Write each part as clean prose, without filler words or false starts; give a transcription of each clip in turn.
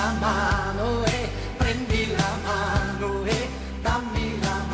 la mano e prendi la mano e dammi la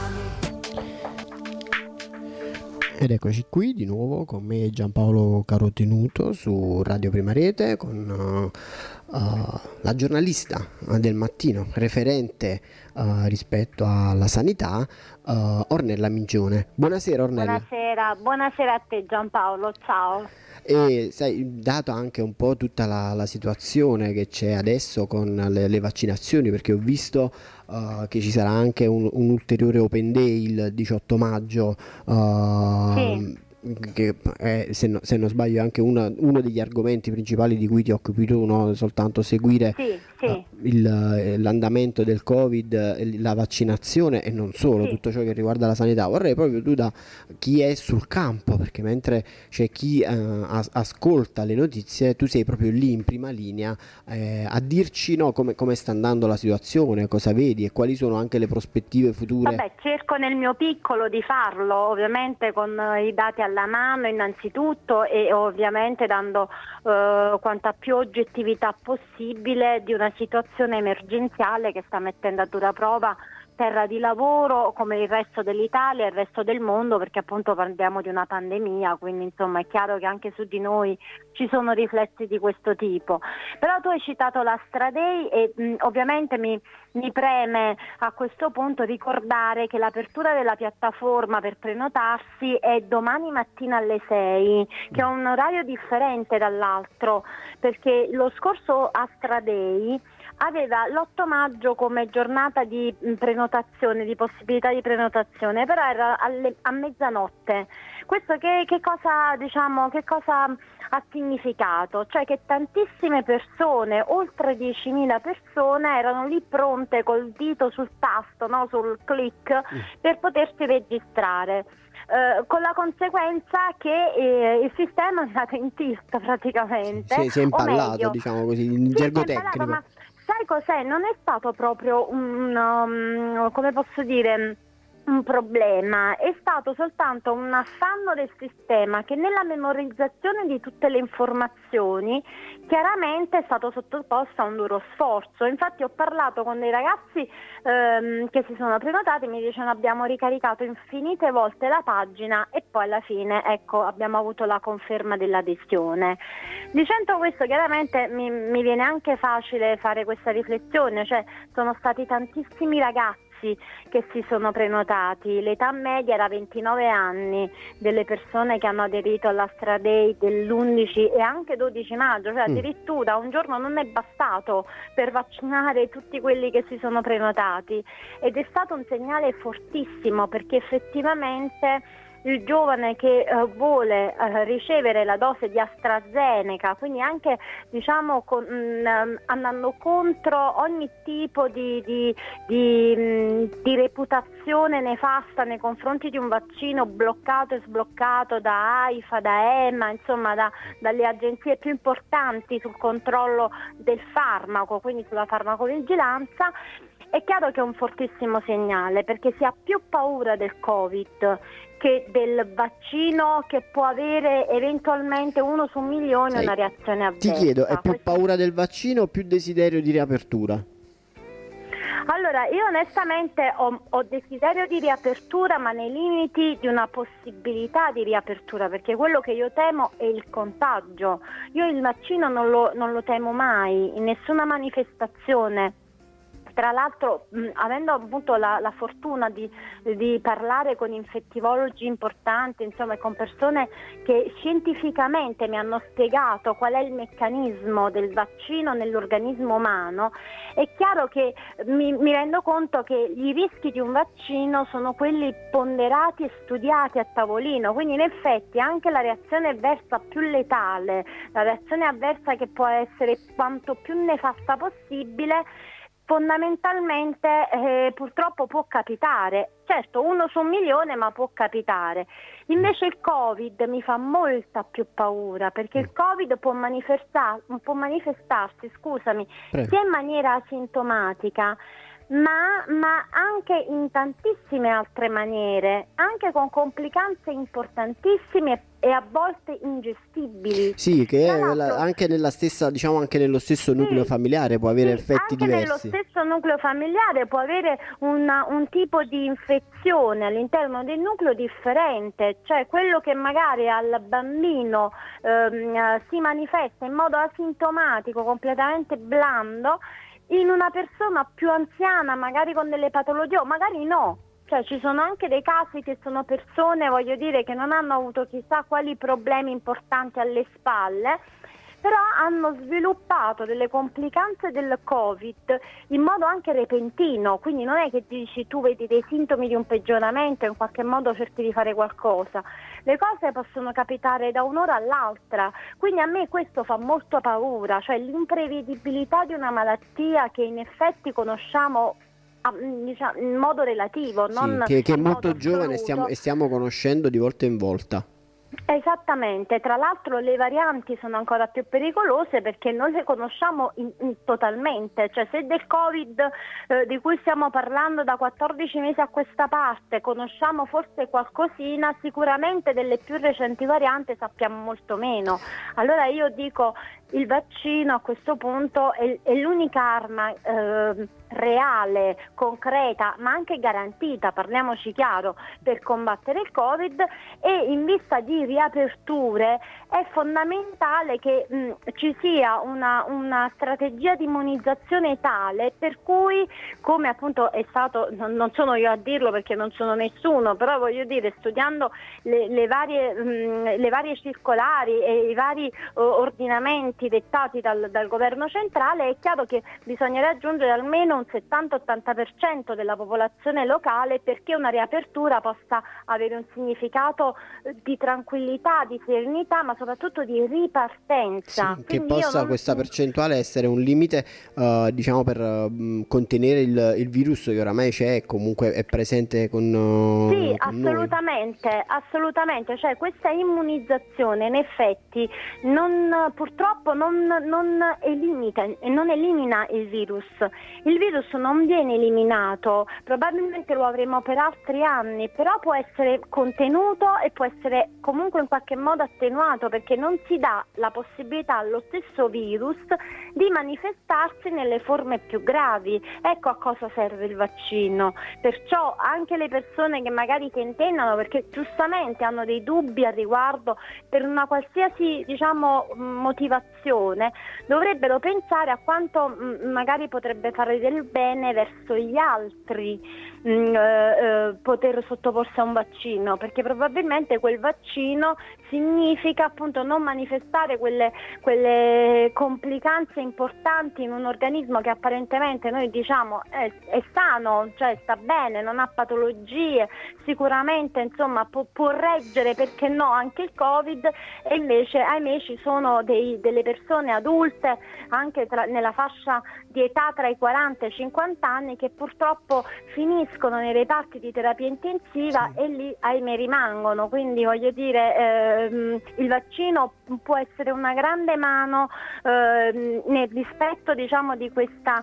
mano. Ed eccoci qui di nuovo con me Giampaolo Carotenuto su Radio Prima Rete con la giornalista del mattino referente rispetto alla sanità, Ornella Mingione. Buonasera Ornella. Buonasera a te Giampaolo, ciao. E sai, dato anche un po' tutta la situazione che c'è adesso con le vaccinazioni, perché ho visto che ci sarà anche un ulteriore Open Day il 18 maggio, Sì. che è, se non sbaglio, è anche uno degli argomenti principali di cui ti occupi tu, no? Soltanto seguire Sì. l'andamento del Covid, la vaccinazione e non solo, Sì. tutto ciò che riguarda la sanità. Vorrei proprio tu, da chi è sul campo, perché mentre c'è chi ascolta le notizie, tu sei proprio lì in prima linea a dirci, no, come sta andando la situazione, cosa vedi e quali sono anche le prospettive future. Vabbè, cerco nel mio piccolo di farlo, ovviamente con i dati alla mano innanzitutto e ovviamente dando quanta più oggettività possibile di una situazione emergenziale che sta mettendo a dura prova terra di lavoro come il resto dell'Italia e il resto del mondo, perché appunto parliamo di una pandemia, quindi insomma è chiaro che anche su di noi ci sono riflessi di questo tipo. Però tu hai citato l'Astra Day e ovviamente mi preme a questo punto ricordare che l'apertura della piattaforma per prenotarsi è domani mattina alle 6, che è un orario differente dall'altro, perché lo scorso Astra Day aveva l'8 maggio come giornata di prenotazione, di possibilità di prenotazione, però era a mezzanotte. Questo che cosa ha significato? Cioè che tantissime persone, oltre 10.000 persone, erano lì pronte col dito sul tasto, no? Sul click, per potersi registrare. Con la conseguenza che il sistema è andato in tilt praticamente. Si è impallato, meglio, diciamo così, in gergo tecnico. Ma sai cos'è? Non è stato proprio come posso dire, un problema, è stato soltanto un affanno del sistema che nella memorizzazione di tutte le informazioni chiaramente è stato sottoposto a un duro sforzo. Infatti ho parlato con dei ragazzi che si sono prenotati, mi dicono abbiamo ricaricato infinite volte la pagina e poi alla fine abbiamo avuto la conferma dell'adesione. Dicendo questo chiaramente mi viene anche facile fare questa riflessione, cioè sono stati tantissimi ragazzi che si sono prenotati, l'età media era 29 anni delle persone che hanno aderito all'Astra Day dell'11 e anche 12 maggio, cioè addirittura un giorno non è bastato per vaccinare tutti quelli che si sono prenotati, ed è stato un segnale fortissimo, perché effettivamente il giovane che vuole ricevere la dose di AstraZeneca, quindi anche andando contro ogni tipo di reputazione nefasta nei confronti di un vaccino bloccato e sbloccato da AIFA, da EMA, insomma dalle agenzie più importanti sul controllo del farmaco, quindi sulla farmacovigilanza. È chiaro che è un fortissimo segnale, perché si ha più paura del Covid che del vaccino, che può avere eventualmente 1 su 1.000.000 una reazione avversa. Ti chiedo, è più paura del vaccino o più desiderio di riapertura? Allora, io onestamente ho desiderio di riapertura, ma nei limiti di una possibilità di riapertura, perché quello che io temo è il contagio. Io il vaccino non lo temo mai, in nessuna manifestazione. Tra l'altro, avendo appunto la fortuna di parlare con infettivologi importanti, insomma, con persone che scientificamente mi hanno spiegato qual è il meccanismo del vaccino nell'organismo umano, è chiaro che mi rendo conto che i rischi di un vaccino sono quelli ponderati e studiati a tavolino, quindi in effetti anche la reazione avversa più letale, la reazione avversa che può essere quanto più nefasta possibile, fondamentalmente purtroppo può capitare, certo 1 su 1.000.000, ma può capitare. Invece il Covid mi fa molta più paura, perché il Covid può manifestarsi, sia in maniera asintomatica, ma anche in tantissime altre maniere, anche con complicanze importantissime e a volte ingestibili. Sì, che anche nella stessa, diciamo anche nello stesso nucleo familiare può avere effetti anche diversi. Nello stesso nucleo familiare può avere un tipo di infezione all'interno del nucleo differente, cioè quello che magari al bambino si manifesta in modo asintomatico, completamente blando, in una persona più anziana, magari con delle patologie, o magari no. Cioè ci sono anche dei casi che sono persone, voglio dire, che non hanno avuto chissà quali problemi importanti alle spalle, però hanno sviluppato delle complicanze del Covid in modo anche repentino, quindi non è che dici tu vedi dei sintomi di un peggioramento e in qualche modo cerchi di fare qualcosa. Le cose possono capitare da un'ora all'altra, quindi a me questo fa molto paura, cioè l'imprevedibilità di una malattia che in effetti conosciamo diciamo, in modo relativo, non che è in molto modo giovane assoluto. e stiamo conoscendo di volta in volta. Esattamente, tra l'altro le varianti sono ancora più pericolose perché non le conosciamo totalmente, cioè se del Covid di cui stiamo parlando da 14 mesi a questa parte conosciamo forse qualcosina, sicuramente delle più recenti varianti sappiamo molto meno. Allora io dico il vaccino a questo punto è l'unica arma reale, concreta, ma anche garantita, parliamoci chiaro, per combattere il Covid, e in vista di riaperture è fondamentale che ci sia una strategia di immunizzazione tale per cui, come appunto è stato, non sono io a dirlo perché non sono nessuno, però voglio dire, studiando le varie circolari e i vari ordinamenti dettati dal governo centrale, è chiaro che bisogna raggiungere almeno un 70-80% della popolazione locale perché una riapertura possa avere un significato di tranquillità, di serenità, ma soprattutto di ripartenza. Sì, che possa questa percentuale essere un limite, diciamo, per contenere il virus che oramai c'è e comunque è presente con sì, con assolutamente, cioè questa immunizzazione in effetti purtroppo non elimina il virus. Il virus non viene eliminato, probabilmente lo avremo per altri anni, però può essere contenuto e può essere comunque in qualche modo attenuato perché non si dà la possibilità allo stesso virus di manifestarsi nelle forme più gravi. Ecco a cosa serve il vaccino. Perciò anche le persone che magari tentennano perché giustamente hanno dei dubbi al riguardo per una qualsiasi, diciamo, motivazione, dovrebbero pensare a quanto magari potrebbe fare del bene verso gli altri poter sottoporsi a un vaccino, perché probabilmente quel vaccino significa appunto non manifestare quelle complicanze importanti in un organismo che apparentemente noi diciamo è sano, cioè sta bene, non ha patologie, sicuramente insomma può reggere, perché no, anche il Covid, e invece ahimè ci sono delle persone adulte anche nella fascia di età tra i 40 e i 50 anni che purtroppo finiscono nei reparti di terapia intensiva e lì ahimè rimangono. Quindi voglio dire il vaccino può essere una grande mano nel rispetto, diciamo, di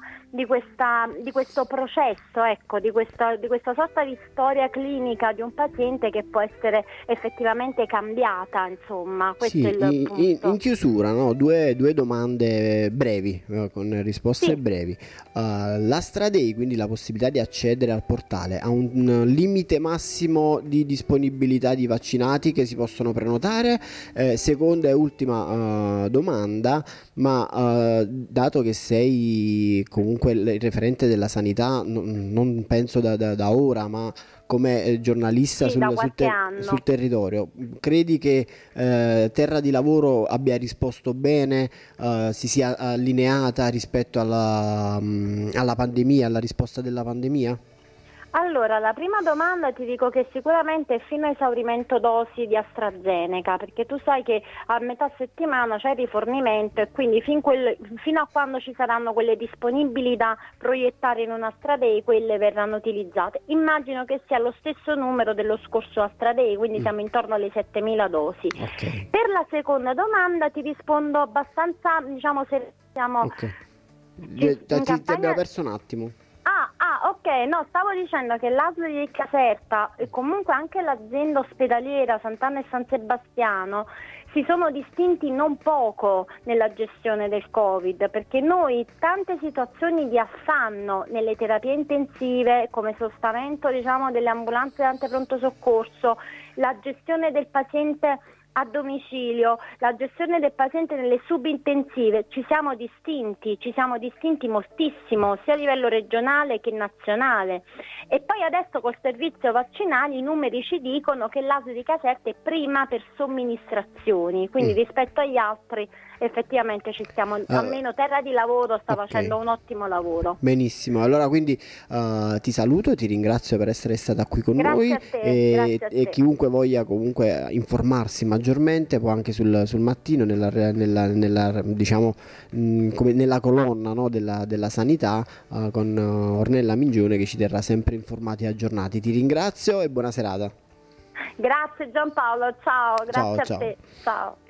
questo processo, ecco, di questa sorta di storia clinica di un paziente che può essere effettivamente cambiata, insomma. Questo è il punto. In chiusura, no? Due domande brevi, con risposte brevi. L'Astra Day, quindi la possibilità di accedere al portale, ha un limite massimo di disponibilità di vaccinati che si possono prenotare? Seconda e ultima domanda, ma dato che sei comunque il referente della sanità, non penso da ora, ma come giornalista sul territorio, credi che Terra di Lavoro abbia risposto bene, si sia allineata rispetto alla pandemia, alla risposta della pandemia? Allora, la prima domanda ti dico che sicuramente è fino a esaurimento dosi di AstraZeneca, perché tu sai che a metà settimana c'è il rifornimento e quindi fino a quando ci saranno quelle disponibili da proiettare in un Astra Day, quelle verranno utilizzate. Immagino che sia lo stesso numero dello scorso Astra Day, quindi siamo intorno alle 7.000 dosi. Okay. Per la seconda domanda ti rispondo abbastanza, diciamo, se siamo... Okay. Ti abbiamo perso un attimo. no, stavo dicendo che l'ASL di Caserta e comunque anche l'azienda ospedaliera Sant'Anna e San Sebastiano si sono distinti non poco nella gestione del Covid, perché noi tante situazioni di affanno nelle terapie intensive, come spostamento delle ambulanze ante pronto soccorso, la gestione del paziente a domicilio, la gestione del paziente nelle subintensive, ci siamo distinti moltissimo, sia a livello regionale che nazionale. E poi adesso col servizio vaccinale i numeri ci dicono che l'ASL di Caserta è prima per somministrazioni, quindi rispetto agli altri effettivamente ci stiamo, almeno Terra di Lavoro sta facendo un ottimo lavoro. Benissimo, allora quindi ti saluto, ti ringrazio per essere stata qui con noi e chiunque voglia comunque informarsi maggiormente può anche sul mattino nella diciamo come nella colonna, no, della sanità con Ornella Mingione, che ci terrà sempre informati e aggiornati. Ti ringrazio e buona serata. Grazie Giampaolo, ciao, grazie ciao. a te, ciao.